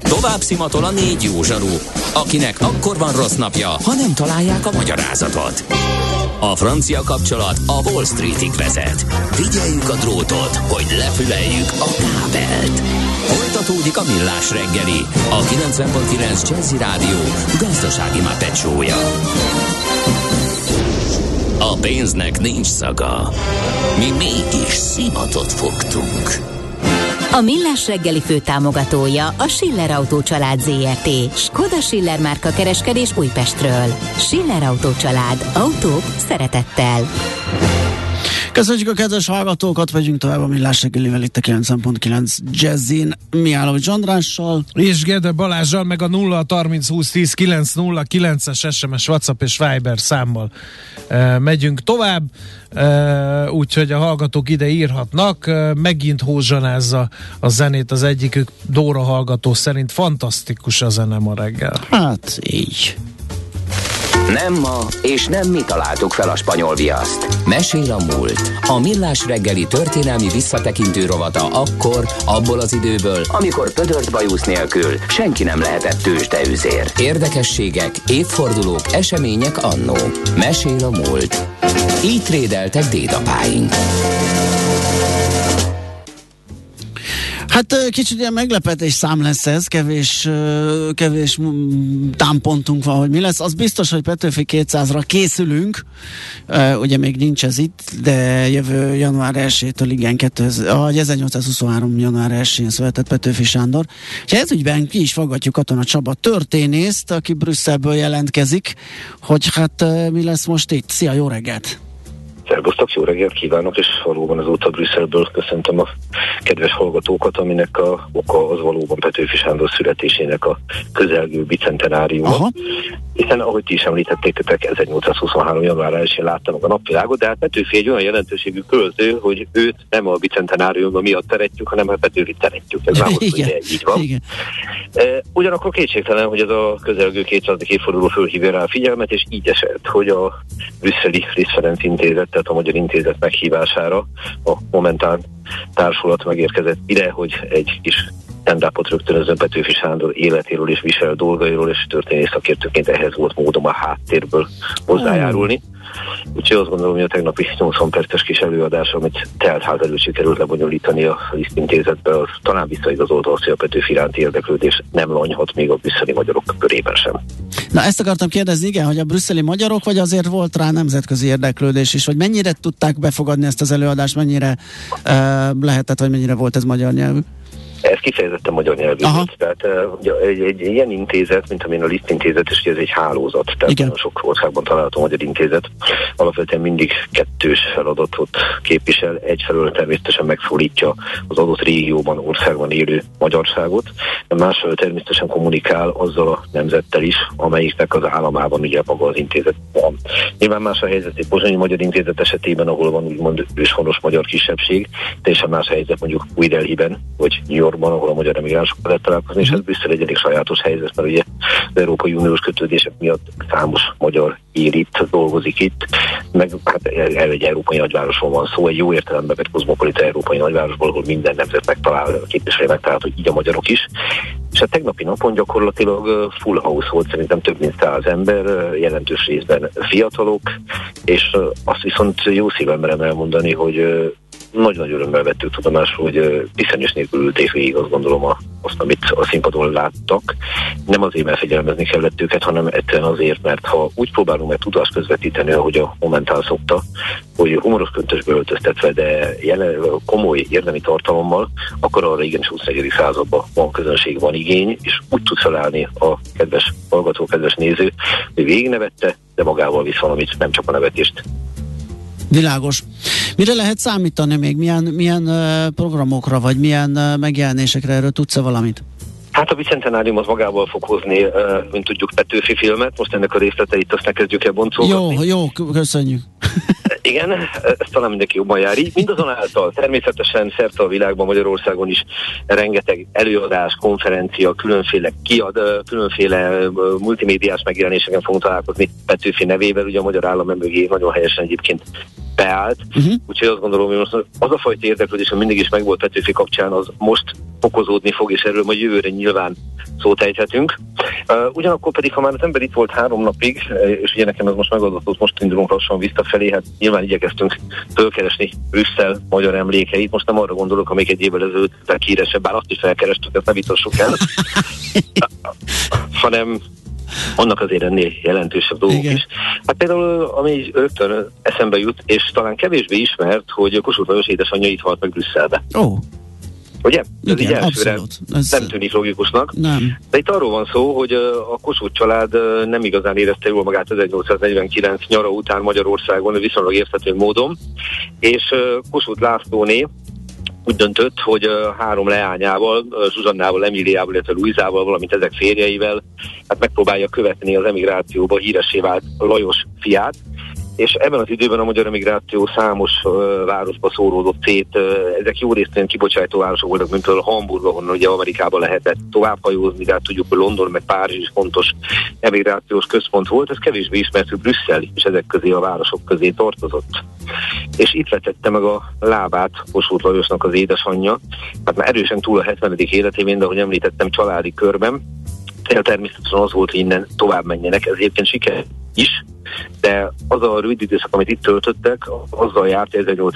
Tovább szimatol a 4 jó zsaru, akinek akkor van rossz napja, ha nem találják a magyarázatot. A francia kapcsolat a Wall Streetig vezet. Figyeljük a drótot, hogy lefüleljük a kábelt. Folytatódik a Millás reggeli, a 90.9 Jazzy Rádió gazdasági mápecsója. A pénznek nincs szaga. Mi mégis szimatot fogtunk. A Millás reggeli főtámogatója a Schiller Autó család ZRT. Skoda Schiller márka kereskedés Újpestről. Schiller Autó család. Autók szeretettel. Köszönjük a kedves hallgatókat, vegyünk tovább a Millás reggelivel itt a 90.9 Jazzin, Mihálovics Andrással és Gede Balázsral, meg a 0-30-20-10-9-09-es SMS, WhatsApp és Viber számmal megyünk tovább, úgyhogy a hallgatók ide írhatnak. Megint hózsanázza a zenét az egyikük, Dóra hallgató szerint fantasztikus a zene ma reggel. Hát így. Nem ma, és nem mi találtuk fel a spanyol viaszt. Mesél a múlt. A Millás reggeli történelmi visszatekintő rovata akkor, abból az időből, amikor pödört bajusz nélkül senki nem lehetett tőzsdeüzér. Érdekességek, évfordulók, események annó. Mesél a múlt. Így trédeltek dédapáink. Hát kicsit ilyen meglepetés szám lesz ez, kevés támpontunk van, hogy mi lesz. Az biztos, hogy Petőfi 200-ra készülünk, ugye még nincs ez itt, de jövő január 1-től igen, 1823. január 1-én született Petőfi Sándor. És ez ügyben ki is fogadjuk Katona Csaba történészt, aki Brüsszelből jelentkezik, hogy hát mi lesz most itt. Szia, jó reggelt! Szervusztok, jó reggelt kívánok, és valóban azóta Brüsszelből köszöntöm a kedves hallgatókat, aminek a oka az valóban Petőfi Sándor születésének a közelgő bicentenáriuma. Hiszen, ahogy ti is említettétek, 1823. január 1-én látta meg a napvilágot, de hát Petőfi egy olyan jelentőségű költő, hogy őt nem a bicentenáriuma miatt teretjük, hanem a Petőfit teretjük. Ez már így van. Igen. Ugyanakkor kétségtelen, hogy ez a közelgő 200. évforduló fölhívja rá a figyelmet, és így esett, hogy a brüsszeli Liszt Ferenc Intézet, tehát a Magyar Intézet meghívására a Momentán társulat megérkezett ide, hogy egy kis stand-upot rögtönözön Petőfi Sándor életéről és visel dolgairól, és történész szakértőként ehhez volt módom a háttérből hozzájárulni. Úgyhogy azt gondolom, hogy a tegnapi 80 perces kis előadás, amit teltház előtt sikerült lebonyolítani a Liszt Intézetbe, az talán visszaigazolta azt, hogy a Petőfi iránti érdeklődés nem lanyhat még a brüsszeli magyarok körében sem. Na, ezt akartam kérdezni, igen, hogy a brüsszeli magyarok, vagy azért volt rá nemzetközi érdeklődés is, hogy mennyire tudták befogadni ezt az előadást, mennyire lehetett, vagy mennyire volt ez magyar nyelvű? Ez kifejezetten magyar nyelvű volt. Tehát egy ilyen intézet, mint amilyen a Liszt Intézet, és ez egy hálózat. Tehát nagyon sok országban található magyar intézet. Alapvetően mindig kettős feladatot képvisel. Egyfelől természetesen megszólítja az adott régióban, országban élő magyarságot, de másfelől természetesen kommunikál azzal a nemzettel is, amelyiknek az államában ugye maga az intézet van. Nyilván más a helyzet egy pozsonyi magyar intézet esetében, ahol van úgymond őshonos magyar kisebbség, teljesen más a helyzet mondjuk Új-Delhiben, vagy New Yorkban, ahol a magyar emigránsok lehet találkozni, és ez Brüsszel egy elég sajátos helyzet, mert ugye az Európai Uniós kötődések miatt számos magyar él itt, dolgozik itt, meg hát egy európai nagyvárosról van szó, egy jó értelemben vett kozmopolita európai nagyvárosból, ahol minden nemzet megtalál, képviselő megtalálható, hogy így a magyarok is. És a tegnapi napon gyakorlatilag full house volt, szerintem több mint 100 ember, jelentős részben fiatalok, és azt viszont jó szívvel merem elmondani, hogy nagy-nagy örömmel vettük tudomásul, hogy piszkos nélkül ülték végig, azt gondolom azt, amit a színpadon láttak. Nem azért, mert fegyelmezni kellett őket, hanem egyszerűen azért, mert ha úgy próbálunk meg tudást közvetíteni, ahogy a Momentán szokta, hogy humoros köntösbe öltöztetve, de komoly érdemi tartalommal, akkor arra igenis 21. században van közönség, van igény, és úgy tud felállni a kedves hallgató, kedves néző, hogy végignevette, de magával visz valamit, nem csak a nevetést. Világos. Mire lehet számítani még? Milyen programokra, vagy milyen megjelenésekre, erről tudsz-e valamit? Hát a bicentenárium az magával fog hozni, mint tudjuk, Petőfi filmet. Most ennek a részleteit azt ne kezdjük el boncolgatni. Jó, köszönjük. Igen, ez talán mindenki jobban jár így. Mindazonáltal természetesen szerte a világban, Magyarországon is rengeteg előadás, konferencia, különféle multimédiás megjelenéseken fogunk találkozni Petőfi nevével. Ugye a magyar állam mögé nagyon helyesen egyébként beállt, úgyhogy azt gondolom, hogy most az a fajta érdeklődés, ami mindig is megvolt Petőfi kapcsán, az most fokozódni fog, és erről majd jövőre nyilván szót ejthetünk. Ugyanakkor pedig, ha már az ember itt volt 3 napig, és ugye nekem ez most megadatott, most indulunk lassan visszafelé, hát nyilván igyekeztünk fölkeresni Brüsszel magyar emlékeit. Most nem arra gondolok, amik egy évvel ezelőtt híresebb, bár azt is felkerestük, ezt ne vitassuk el, hanem annak azért ennél jelentősebb dolgok is. Hát például, ami rögtön eszembe jut, és talán kevésbé ismert, hogy Kossuth Lajos édesanyja itt halt meg Brüsszelbe. Ugye? Igen, ez abszolút. Nem tűnik logikusnak. Nem. De itt arról van szó, hogy a Kossuth család nem igazán érezte jól magát 1849 nyara után Magyarországon, viszonylag érthető módon, és Kossuth Lászlóné úgy döntött, hogy 3 leányával, Zsuzsannával, Emíliával, illetve Luizával, valamint ezek férjeivel, hát megpróbálja követni az emigrációba híressé vált Lajos fiát, és ebben az időben a magyar emigráció számos városba szóródott szét, ezek jó részt kibocsátó városok voltak, mint például Hamburg, ahonnan ugye Amerikába lehetett továbbhajózni, de hát tudjuk, hogy London meg Párizs is fontos emigrációs központ volt, ez kevésbé ismert, hogy Brüsszel is ezek közé a városok közé tartozott. És itt vetette meg a lábát Kossuth Lajosnak az édesanyja, hát már erősen túl a 70. életében, de ahogy említettem, családi körben. Természetesen az volt, hogy innen tovább menjenek, ez egyébként siker is, de az a rövid időszak, amit itt töltöttek, azzal járt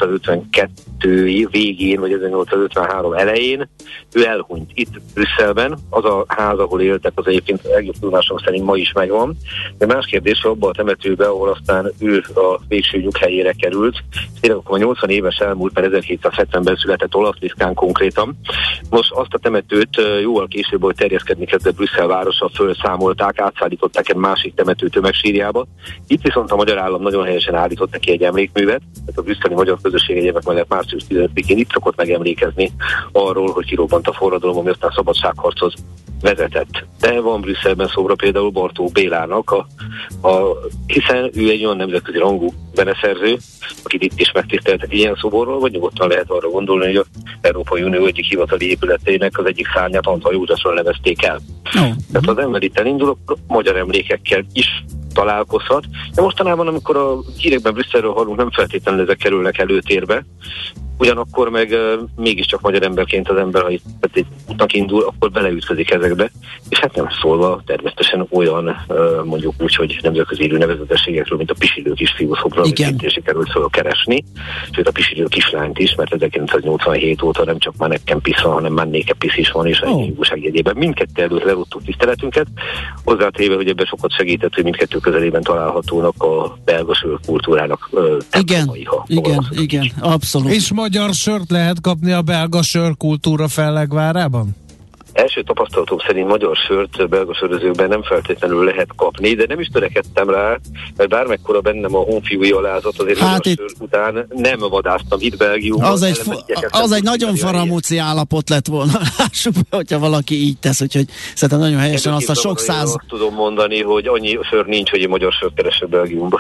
1852 végén, vagy 1853 elején, ő elhunyt itt Brüsszelben, az a ház, ahol éltek, az egyébként legjobb tudomásom szerint ma is megvan, de más kérdés, hogy abban a temetőben, ahol aztán ő a végső nyughelyére került, tényleg akkor 80 éves elmúlt, mert 1770-ben született Olasz Liszkán konkrétan. Most azt a temetőt jóval később, hogy terjeszkedni kezdett Brüsszel városa, fölszámolták, átszállították egy másik temető tömegsírjába. Itt viszont a magyar állam nagyon helyesen állított neki egy emlékművet, tehát a brüsszeli magyar közösség egyébként mellett március 15-én itt szokott megemlékezni arról, hogy kirobbant a forradalom, ami aztán szabadságharchoz vezetett. De van Brüsszelben szobra például Bartók Bélának, hiszen ő egy olyan nemzetközi rangú zeneszerző, akit itt is megtiszteltek ilyen szoborról, vagy nyugodtan lehet arra gondolni, hogy az Európai Unió egyik hivatali épületének az egyik szárnyát Antal Józsefről nevezték el. Tehát az ember itt elindul, akkor magyar emlékekkel is találkozhat. De mostanában, amikor a hírekben Brüsszelről hallunk, nem feltétlenül ezek kerülnek előtérbe, ugyanakkor meg mégiscsak magyar emberként az ember, ha itt egy útnak indul, akkor beleütközik ezekbe, és hát nem szólva természetesen olyan mondjuk úgy, hogy nemzetközi élő nevezetességekről, mint a Pisilő kisfiú szobra, amit sikerült fölkeresni, sőt a Pisilő kislányt is, mert 1987 óta nem csak Manek Kempis van, hanem Manné Kempis is van, és egy újságjegyében mindkettő előtt leadtuk tiszteletünket, hozzátéve, hogy ebben sokat segített, hogy mindkettő közelében találhatónak a belga sör kultúrának tempomai. Igen, abszolút. És magyar sört lehet kapni a belga sörkultúra Fellegvárában? Első tapasztalatom szerint magyar sört belga sörözőkben nem feltétlenül lehet kapni, de nem is törekedtem rá, mert bármekkora bennem a honfiúi alázat, azért hát magyar sör után nem vadásztam itt Belgiumban. Az egy nagyon faramúci állapot lett volna, lássuk be, hogyha valaki így tesz, úgyhogy szerintem nagyon helyesen azt a sok száz... Azt tudom mondani, hogy annyi sör nincs, hogy én magyar sört keresek Belgiumban.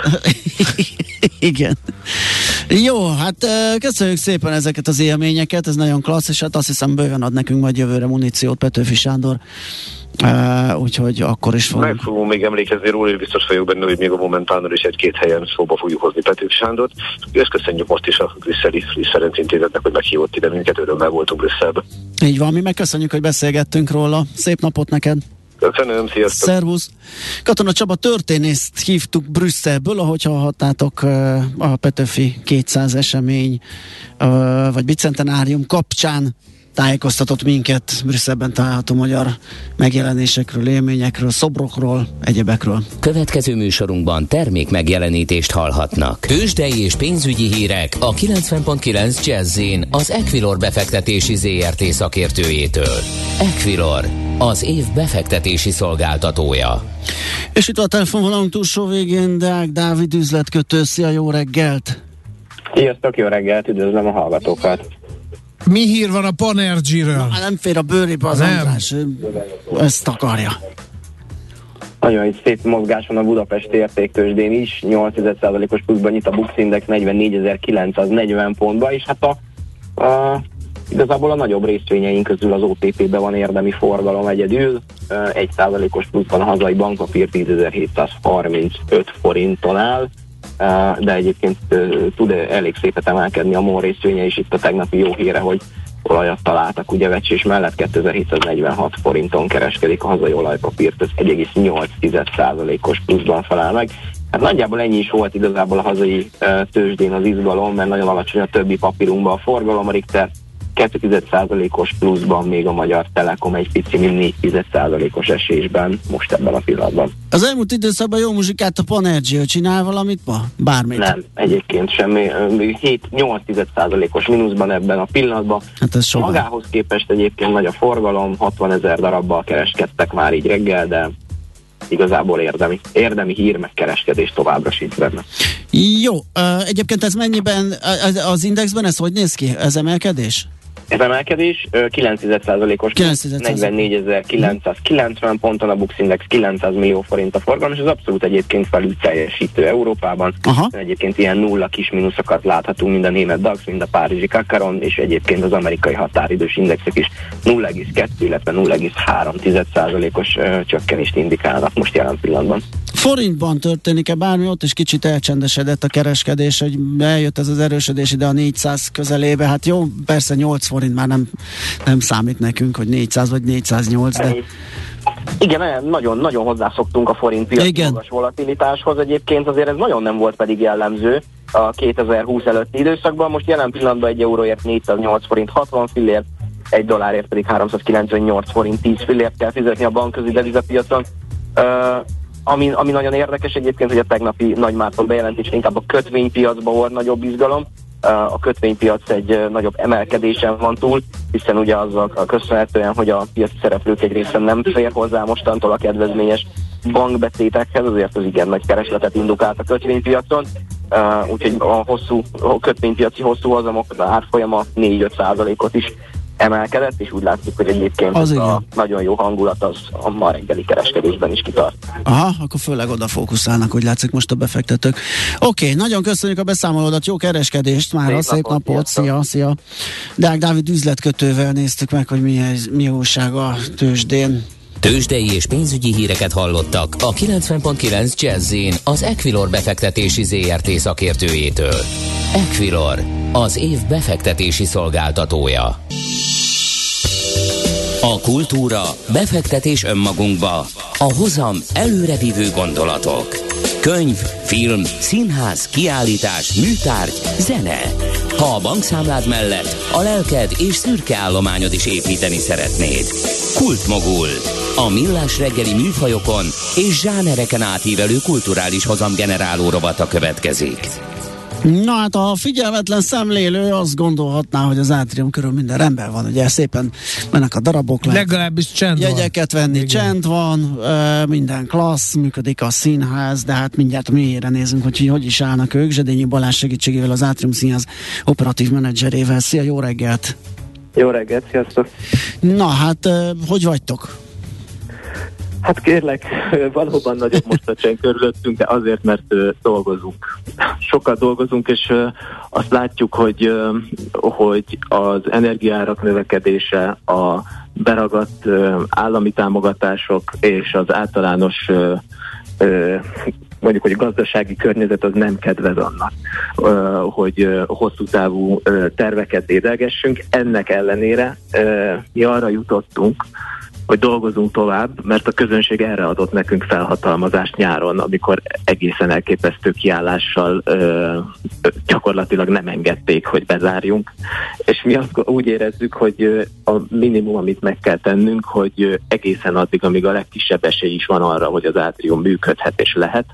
Igen. Jó, hát köszönjük szépen ezeket az élményeket, ez nagyon klassz, és hát azt hiszem bőven ad nekünk majd jövőre muníciót Petőfi Sándor, úgyhogy akkor is fogunk. Meg fogunk még emlékezni róla, és biztos vagyok benne, hogy még a Momentánról is 1-2 helyen szóba fogjuk hozni Petőfi Sándort, és köszönjük most is a brüsszeli Friss Ferenc Intézetnek, hogy meghívott ide minket, örömmel voltunk Brüsszelben. Így van, mi megköszönjük, hogy beszélgettünk róla, szép napot neked! Köszönöm, sziasztok! Szervusz! Katona Csaba történészt hívtuk Brüsszelből, ahogy hallhattátok, a Petőfi 200 esemény vagy bicentenárium kapcsán tájékoztatott minket Brüsszelben található magyar megjelenésekről, élményekről, szobrokról, egyebekről. Következő műsorunkban termék megjelenítést hallhatnak. Tőzsdei és pénzügyi hírek a 90.9 Jazz-in az Equilor befektetési ZRT szakértőjétől. Equilor, az év befektetési szolgáltatója. És itt a telefonvonalunk túlsó végén Deák Dávid üzletkötő. Szia, jó reggelt! Sziasztok, jó reggelt, üdvözlöm a hallgatókat! Mi hír van a Panergy-ről? Nem fér a bőrébe az András, ezt akarja. Nagyon szép mozgás van a budapesti értéktőzsdén is, 8,1%-os pluszban nyit a Bux Index 44.940 pontba, és hát igazából a nagyobb részvényeink közül az OTP-ben van érdemi forgalom egyedül, 1%-os pluszban a hazai bankpapír 10.735 forinton áll, de egyébként tud elég szépet emelkedni a MOL részvénye, és itt a tegnapi jó híre, hogy olajat találtak, ugye vecsés mellett 2746 forinton kereskedik a hazai olajpapírt, ez 1,8%-os pluszban felel meg. Hát nagyjából ennyi is volt igazából a hazai tőzsdén az izgalom, mert nagyon alacsony a többi papírunkban a forgalom, a Richter 2,1%-os pluszban, még a Magyar Telekom egy pici 4,1%-os esésben most ebben a pillanatban. Az elmúlt időszakban jó muzsikát a Panergia csinál valamit ma? Bármit? Nem, egyébként semmi. 7,8%-os mínuszban ebben a pillanatban. Hát ez soha. Magához képest egyébként nagy a forgalom, 60 000 darabbal kereskedtek már így reggel, de igazából érdemi hír, meg kereskedés továbbra sincs benne. Jó, egyébként ez mennyiben, az indexben ez hogy néz ki? Ez emelkedés? Ez emelkedés 9,1%-os, 44.990 ponton, a Bux Index 900 millió forint a forgalom, és ez abszolút egyébként felül teljesítő Európában. Aha. Egyébként ilyen nulla kis mínuszokat láthatunk mind a német DAX, mind a párizsi Kakaron, és egyébként az amerikai határidős indexek is 0,2, illetve 0,3%-os csökkenést indikálnak most jelen pillanatban. Forintban történik-e bármi? Ott is kicsit elcsendesedett a kereskedés, hogy eljött ez az erősödés ide a 400 közelébe. Hát jó, persze 8 forint már nem számít nekünk, hogy 400 vagy 408, de... Igen, nagyon hozzászoktunk a forint piaci magas volatilitáshoz. Egyébként azért ez nagyon nem volt pedig jellemző a 2020 előtti időszakban. Most jelen pillanatban 1 euróért 408 forint 60 fillért, 1 dollárért pedig 398 forint 10 fillért kell fizetni a bankközi devizapiacon. Ami nagyon érdekes egyébként, hogy a tegnapi Nagy Márton bejelentés inkább a kötvénypiacban volt nagyobb izgalom. A kötvénypiac egy nagyobb emelkedésen van túl, hiszen ugye azzal köszönhetően, hogy a piaci szereplők egy része nem fér hozzá mostantól a kedvezményes bankbetétekhez, azért az igen nagy keresletet indukált a kötvénypiacon, úgyhogy a kötvénypiaci hosszú hozamok árfolyama 4-5%-ot is emelkedett, és úgy látjuk, hogy egyébként a nagyon jó hangulat az a ma reggeli kereskedésben is kitart. Aha, akkor főleg oda fókuszálnak, hogy látszik most a befektetők. Oké, nagyon köszönjük a beszámolódat, jó kereskedést már, szép napot, szia! Deák Dávid üzletkötővel néztük meg, hogy mi újság a tőzsdén. Tőzsdei és pénzügyi híreket hallottak a 90.9 Jazz-in az Equilor befektetési ZRT szakértőjétől. Equilor, az év befektetési szolgáltatója. A kultúra, befektetés önmagunkba, a hozam előrevívő gondolatok. Könyv, film, színház, kiállítás, műtárgy, zene. Ha a bankszámlád mellett a lelked és szürke állományod is építeni szeretnéd. Kultmogul. A millás reggeli műfajokon és zsánereken átívelő kulturális hozamgeneráló rovata következik. Na hát a figyelmetlen szemlélő azt gondolhatná, hogy az átrium körül minden rendben van, ugye szépen mennek a darabok, legalábbis csend jegyeket van. venni, csend van, minden klassz, működik a színház, de hát mindjárt mélyére nézünk, hogy is állnak ők. Zsedényi Balázs segítségével, az Átrium Színház operatív menedzserével. Szia, jó reggelt! Jó reggelt, sziasztok! Na hát, hogy vagytok? Hát kérlek, valóban nagyobb most a csend körülöttünk, de azért, mert dolgozunk. Sokat dolgozunk, és azt látjuk, hogy az energiaárak növekedése, a beragadt állami támogatások és az általános mondjuk, hogy gazdasági környezet az nem kedvez annak, hogy hosszú távú terveket dédelgessünk. Ennek ellenére mi arra jutottunk, hogy dolgozunk tovább, mert a közönség erre adott nekünk felhatalmazást nyáron, amikor egészen elképesztő kiállással gyakorlatilag nem engedték, hogy bezárjunk. És mi úgy érezzük, hogy a minimum, amit meg kell tennünk, hogy egészen addig, amíg a legkisebb esély is van arra, hogy az átrium működhet és lehet,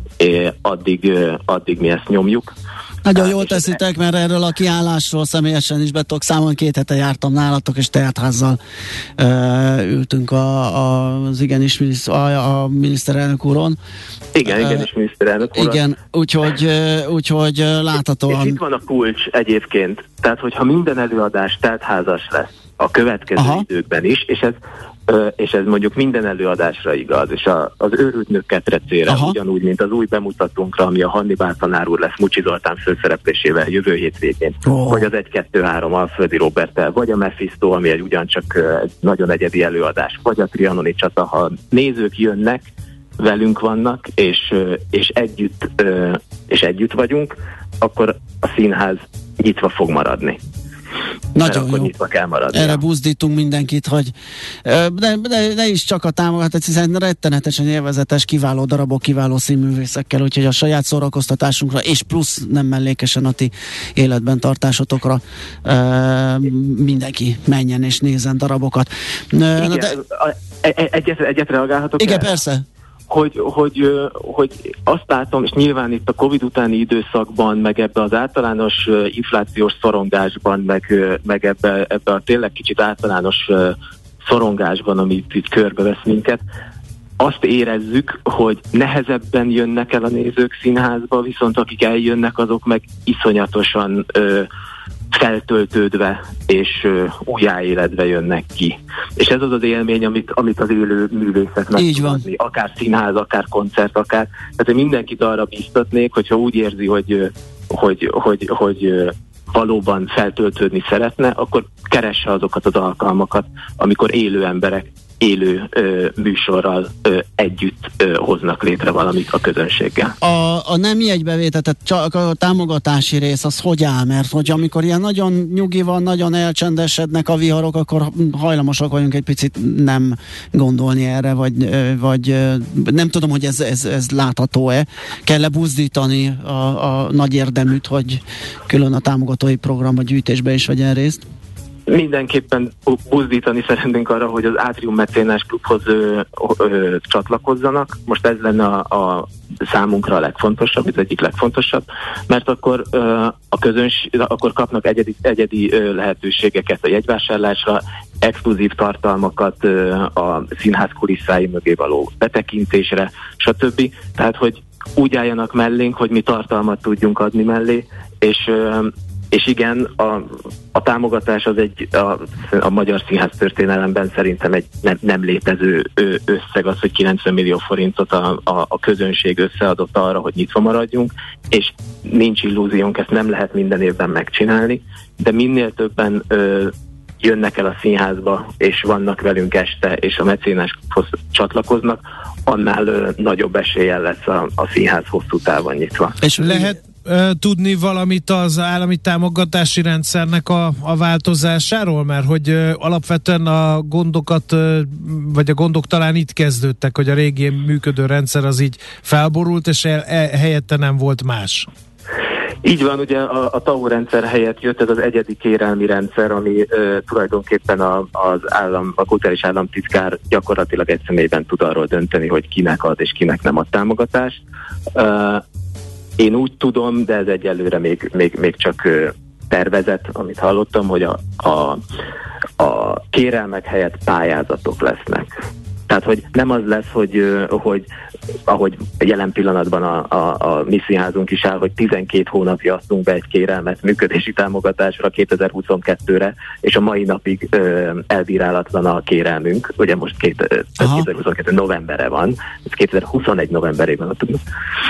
addig mi ezt nyomjuk. Nagyon jól teszitek, mert erről a kiállásról személyesen is be tudok számolni. 2 hete jártam nálatok, és teltházzal ültünk az igenis a miniszterelnök úron. Igen, igenis miniszterelnök úron. Igen, úgyhogy láthatóan... És itt van a kulcs egyébként. Tehát, hogyha minden előadás teltházas lesz a következő időkben is, és ez mondjuk minden előadásra igaz, és az őrült nők ketrecére, ugyanúgy, mint az új bemutatónkra, ami a Hannibál tanár úr lesz Mucsi Zoltán főszereplésével jövő hétvégén, vagy az 1-2-3 Alföldi Roberttel, vagy a Mephisto, ami ugyancsak egy nagyon egyedi előadás, vagy a trianoni csata. Ha nézők jönnek, velünk vannak, és együtt vagyunk, akkor a színház nyitva fog maradni. Nagyon jó. Nyitva kell maradni. Erre buzdítunk mindenkit, hogy de is csak a támogatás, hiszen rettenetesen élvezetes, kiváló darabok, kiváló színművészekkel, úgyhogy a saját szórakoztatásunkra, és plusz nem mellékesen a ti életben tartásotokra mindenki menjen és nézzen darabokat. Igen, egyet reagálhatok? Igen, persze. Hogy azt látom, és nyilván itt a Covid utáni időszakban, meg ebbe az általános inflációs szorongásban, meg ebbe a tényleg kicsit általános szorongásban, amit itt körbevesz minket, azt érezzük, hogy nehezebben jönnek el a nézők színházba, viszont akik eljönnek, azok meg iszonyatosan feltöltődve és újjáéledve jönnek ki. És ez az az élmény, amit az élő művészet meg tud adni. Akár színház, akár koncert, akár. Tehát mindenkit arra bíztatnék, hogyha úgy érzi, hogy valóban feltöltődni szeretne, akkor keresse azokat az alkalmakat, amikor élő emberek élő műsorral együtt hoznak létre valamit a közönséggel. A nem jegybevétel, tehát csak a támogatási rész, az hogy áll? Mert hogy amikor ilyen nagyon nyugi van, nagyon elcsendesednek a viharok, akkor hajlamosak vagyunk egy picit nem gondolni erre, vagy nem tudom, hogy ez látható-e. Kell-e buzdítani a nagy érdeműt, hogy külön a támogatói programba gyűjtésbe is vegyen részt? Mindenképpen buzdítani szeretnénk arra, hogy az Átrium Mecénás Klubhoz csatlakozzanak. Most ez lenne a számunkra a legfontosabb, az egyik legfontosabb, mert akkor akkor kapnak egyedi lehetőségeket a jegyvásárlásra, exkluzív tartalmakat a színház kulisszái mögé való betekintésre, stb. Tehát, hogy úgy álljanak mellénk, hogy mi tartalmat tudjunk adni mellé, és igen, a támogatás az a magyar színház történelemben szerintem egy nem létező összeg az, hogy 90 millió forintot a közönség összeadott arra, hogy nyitva maradjunk, és nincs illúziónk, ezt nem lehet minden évben megcsinálni, de minél többen jönnek el a színházba, és vannak velünk este, és a mecénáshoz csatlakoznak, annál nagyobb eséllyel lesz a színház hosszú távon nyitva. És lehet tudni valamit az állami támogatási rendszernek a változásáról? Mert hogy alapvetően a gondokat, vagy a gondok talán itt kezdődtek, hogy a régi működő rendszer az így felborult, és helyette nem volt más. Így van, ugye a TAO rendszer helyett jött ez az egyedi kérelmi rendszer, ami tulajdonképpen a kulturális államtitkár gyakorlatilag egy személyben tud arról dönteni, hogy kinek ad és kinek nem ad támogatást. Én úgy tudom, de ez egyelőre még csak tervezet, amit hallottam, hogy a kérelmek helyett pályázatok lesznek. Tehát, hogy nem az lesz, hogy ahogy jelen pillanatban a mi színházunk is áll, hogy 12 hónapja adtunk be egy kérelmet működési támogatásra 2022-re, és a mai napig elbírálatlan a kérelmünk. Ugye most 2022 novembere van, ez 2021 novemberében adtunk,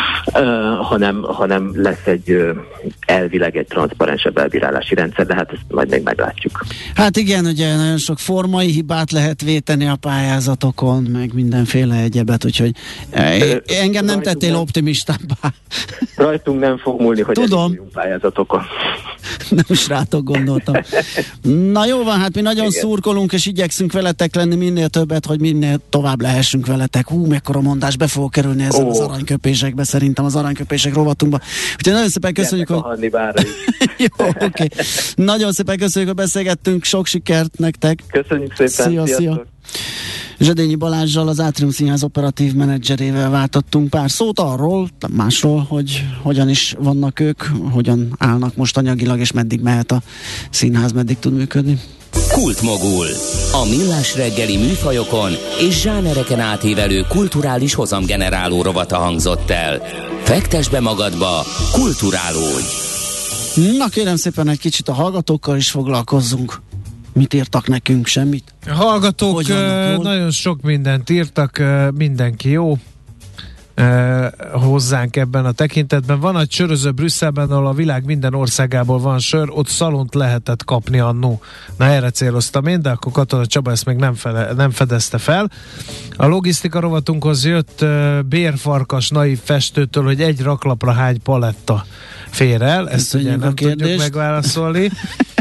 hanem lesz elvileg egy transzparensebb elbírálási rendszer, de hát ezt majd még meglátjuk. Hát igen, ugye nagyon sok formai hibát lehet véteni a pályázatokon, meg mindenféle egyebet, úgyhogy engem nem tettél optimistábbá. Rajtunk nem fog múlni, hogy elindulunk pályázatokon. Nem is rátok gondoltam. Na jó van, hát mi nagyon szurkolunk, és igyekszünk veletek lenni minél többet, hogy minél tovább lehessünk veletek. Mekkora mondás, be fogok kerülni ezzel az aranyköpésekbe, szerintem az aranyköpések rovatunkba. Úgyhogy nagyon szépen köszönjük, hogy... Jó, oké. Nagyon szépen köszönjük, hogy beszélgettünk, sok sikert nektek. Köszönjük szépen. Szia. Zsedényi Balázssal, az Átrium Színház operatív menedzserével váltottunk pár szót arról, másról, hogy hogyan is vannak ők, hogyan állnak most anyagilag, és meddig mehet a színház, meddig tud működni. Kultmogul. A millás reggeli műfajokon és zsánereken átívelő kulturális hozamgeneráló rovata hangzott el. Fektesd be magadba, kulturálódj! Na kérem szépen, egy kicsit a hallgatókkal is foglalkozzunk. Mit írtak nekünk? Semmit? A hallgatók nagyon sok mindent írtak, mindenki jó. hozzánk ebben a tekintetben. Van egy söröző Brüsszelben, ahol a világ minden országából van sör, ott szalont lehetett kapni annó. Na, erre céloztam én, de akkor Katona Csaba ezt még nem fedezte fel. A logisztika rovatunkhoz jött bérfarkas naív festőtől, hogy egy raklapra hány paletta fér el. Ezt ugye nem tudjuk megválaszolni.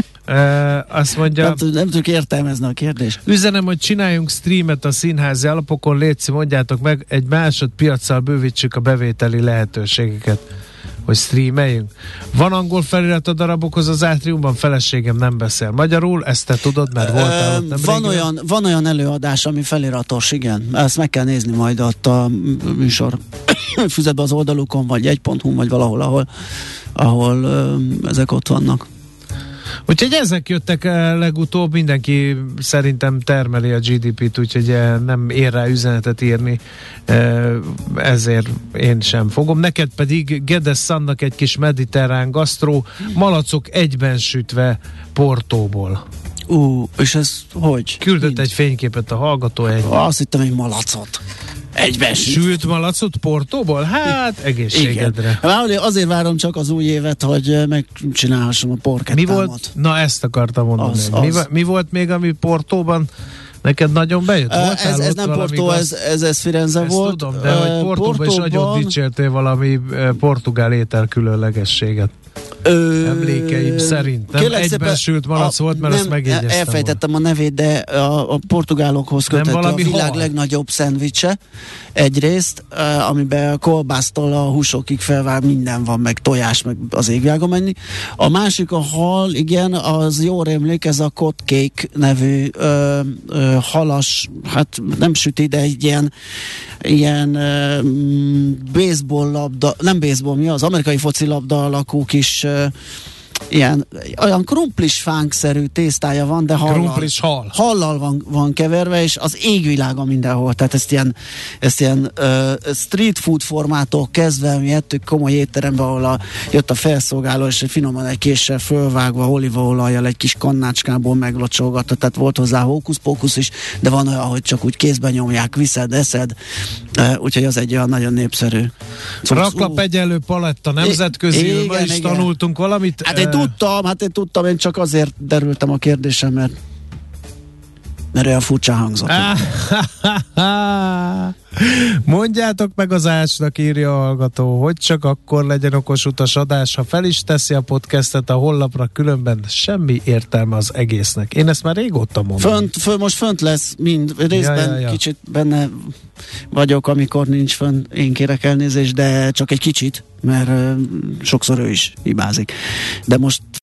Azt mondja, nem tudjuk értelmezni a kérdést. Üzenem, hogy csináljunk streamet a színházi alapokon, létszi, mondjátok meg, egy másodpiaccal bővítsük a bevételi lehetőségeket, hogy streameljünk. Van angol felirat a darabokhoz az átriumban, feleségem nem beszél magyarul, ezt te tudod, mert voltál ott van olyan előadás, ami feliratos, igen. Ezt meg kell nézni majd ott a műsor füzetben az oldalukon, vagy 1.hu, vagy valahol, ahol ezek ott vannak. Úgyhogy ezek jöttek legutóbb, mindenki szerintem termeli a GDP-t, úgyhogy nem ér rá üzenetet írni, ezért én sem fogom. Neked pedig Gedes Szannak egy kis mediterrán gasztró, malacok egyben sütve Portóból. És ez hogy? Küldött egy fényképet a hallgató egyben. Azt hittem, egy malacot. Egyben sült malacot Portóból? Hát, egészségedre. Igen. Azért várom csak az új évet, hogy megcsinálhassam a porkettámat. Mi volt? Na, ezt akartam mondani. Mi volt még, ami Portóban neked nagyon bejött? Ez nem Portó, ez Firenze volt. Tudom, de hogy Portóban is nagyon dicsértél valami portugál étel különlegességet. Emlékeim szerint. Nem egyben sült malac volt, mert ezt megjegyeztem. Elfejtettem a nevét, de a portugálokhoz köthető a világ legnagyobb szendvicse egyrészt, amiben a kolbásztól a húsokig felvár minden van, meg tojás, meg az égvilágon menni. A másik a hal, igen, az jól emlék, ez a Cod Cake nevű halas, hát nem süti, de egy ilyen baseball labda, nem baseball, mi az amerikai focilabda alakú kis ilyen, olyan krumplis fánkszerű tésztája van, de hallal van keverve, és az égvilága mindenhol. Tehát ezt ilyen street food formától kezdve, mi ettük komoly étteremben, ahol jött a felszolgáló, és finoman egy késsel fölvágva, olívaolajjal egy kis kannácskából meglocsolgatta, tehát volt hozzá hókusz-pókusz is, de van olyan, hogy csak úgy kézben nyomják, viszed, eszed, úgyhogy az egy olyan nagyon népszerű. Raklap egyenlő paletta nemzetközi, ma is tanultunk valamit. Hát én tudtam, én csak azért derültem a kérdésem, mert olyan furcsa hangzott. Mondjátok meg az Ácsnak, írja a hallgató, hogy csak akkor legyen okos utas adás, ha fel is teszi a podcastet a honlapra, különben semmi értelme az egésznek. Én ezt már régóta mondom. Most fönt lesz, mind részben kicsit benne vagyok, amikor nincs fönn, én kérek elnézést, de csak egy kicsit, mert sokszor ő is hibázik. De most